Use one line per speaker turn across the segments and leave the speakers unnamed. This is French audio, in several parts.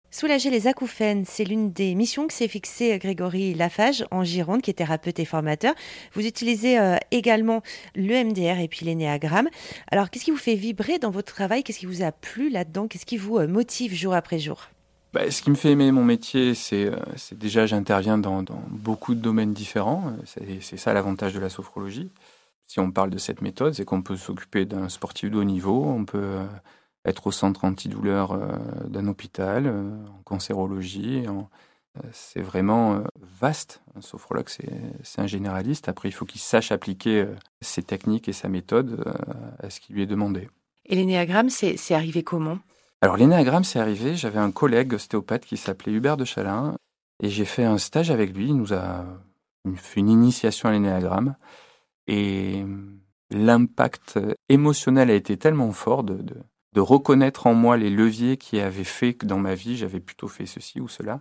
Soulager les acouphènes, c'est l'une des missions que s'est fixée Grégory Lafage en Gironde, qui est thérapeute et formateur. Vous utilisez également l'EMDR et puis l'énéagramme. Alors, qu'est-ce qui vous fait vibrer dans votre travail? Qu'est-ce qui vous a plu là-dedans? Qu'est-ce qui vous motive jour après jour?
Ce qui me fait aimer mon métier, c'est déjà j'interviens dans beaucoup de domaines différents. C'est ça l'avantage de la sophrologie. Si on parle de cette méthode, c'est qu'on peut s'occuper d'un sportif de haut niveau, on peut être au centre antidouleur d'un hôpital, en cancérologie. C'est vraiment vaste. Un sophrologue, c'est un généraliste. Après, il faut qu'il sache appliquer ses techniques et sa méthode à ce qui lui est demandé.
Et l'énéagramme, c'est arrivé comment?
Alors, l'énéagramme, c'est arrivé. J'avais un collègue ostéopathe qui s'appelait Hubert de Chalin et j'ai fait un stage avec lui. Il nous a fait une initiation à l'énéagramme et l'impact émotionnel a été tellement fort de reconnaître en moi les leviers qui avaient fait que dans ma vie, j'avais plutôt fait ceci ou cela,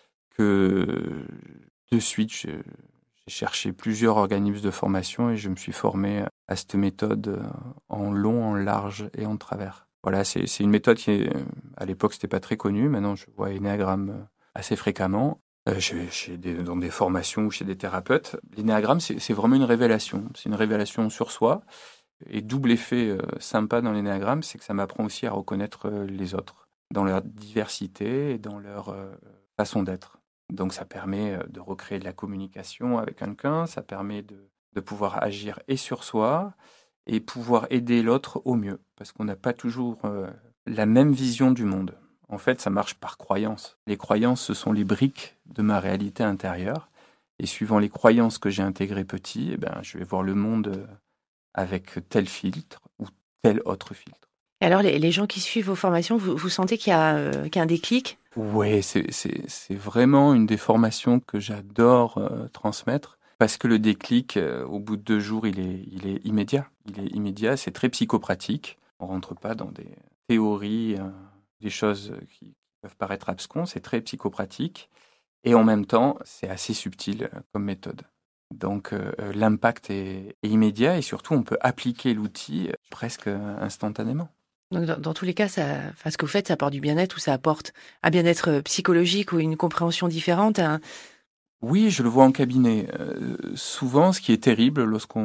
que de suite, j'ai cherché plusieurs organismes de formation et je me suis formé à cette méthode en long, en large et en travers. Voilà, c'est une méthode qui, à l'époque, c'était pas très connue. Maintenant, je vois l'énéagramme assez fréquemment. Dans des formations ou chez des thérapeutes. L'énéagramme, c'est vraiment une révélation. C'est une révélation sur soi. Et double effet sympa dans l'énéagramme, c'est que ça m'apprend aussi à reconnaître les autres, dans leur diversité et dans leur façon d'être. Donc ça permet de recréer de la communication avec quelqu'un, ça permet de pouvoir agir et sur soi et pouvoir aider l'autre au mieux, parce qu'on n'a pas toujours la même vision du monde. En fait, ça marche par croyance. Les croyances, ce sont les briques de ma réalité intérieure. Et suivant les croyances que j'ai intégrées petit, je vais voir le monde avec tel filtre ou tel autre filtre.
Et alors, les gens qui suivent vos formations, vous sentez qu'il y a un déclic?
Oui, c'est vraiment une des formations que j'adore transmettre, parce que le déclic, au bout de 2 jours, il est immédiat. Il est immédiat, c'est très psychopratique. On ne rentre pas dans des théories, des choses qui peuvent paraître abscons, c'est très psychopratique. Et en même temps, c'est assez subtil comme méthode. Donc l'impact est immédiat et surtout on peut appliquer l'outil presque instantanément.
Donc, dans tous les cas, ce que vous faites, ça apporte du bien-être ou ça apporte un bien-être psychologique ou une compréhension différente?
Oui, je le vois en cabinet. Souvent, ce qui est terrible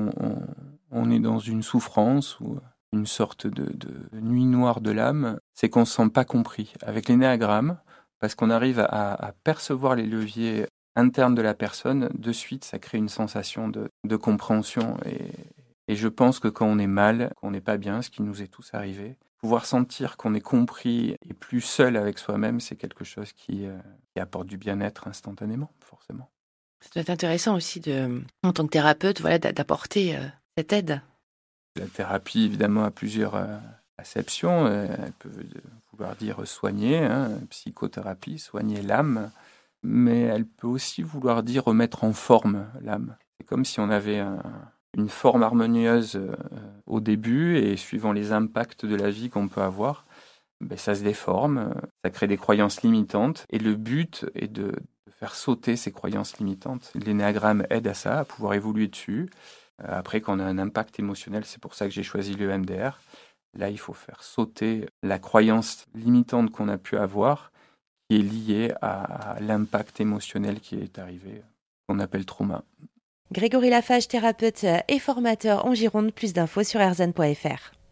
on est dans une souffrance ou une sorte de nuit noire de l'âme, c'est qu'on ne se sent pas compris. Avec l'énéagramme, parce qu'on arrive à percevoir les leviers internes de la personne, de suite, ça crée une sensation de compréhension. Et je pense que quand on est mal, qu'on n'est pas bien, ce qui nous est tous arrivé, pouvoir sentir qu'on est compris et plus seul avec soi-même, c'est quelque chose qui apporte du bien-être instantanément, forcément.
Ça doit être intéressant aussi, en tant que thérapeute, voilà, d'apporter cette aide.
La thérapie, évidemment, a plusieurs acceptions. Elle peut vouloir dire soigner, psychothérapie, soigner l'âme, mais elle peut aussi vouloir dire remettre en forme l'âme. C'est comme si on avait une forme harmonieuse au début et suivant les impacts de la vie qu'on peut avoir, ça se déforme, ça crée des croyances limitantes et le but est de faire sauter ces croyances limitantes. L'énéagramme aide à ça, à pouvoir évoluer dessus. Après, quand on a un impact émotionnel, c'est pour ça que j'ai choisi le MDR. Là, il faut faire sauter la croyance limitante qu'on a pu avoir qui est liée à l'impact émotionnel qui est arrivé, qu'on appelle trauma.
Grégory Lafage, thérapeute et formateur en Gironde. Plus d'infos sur rzn.fr.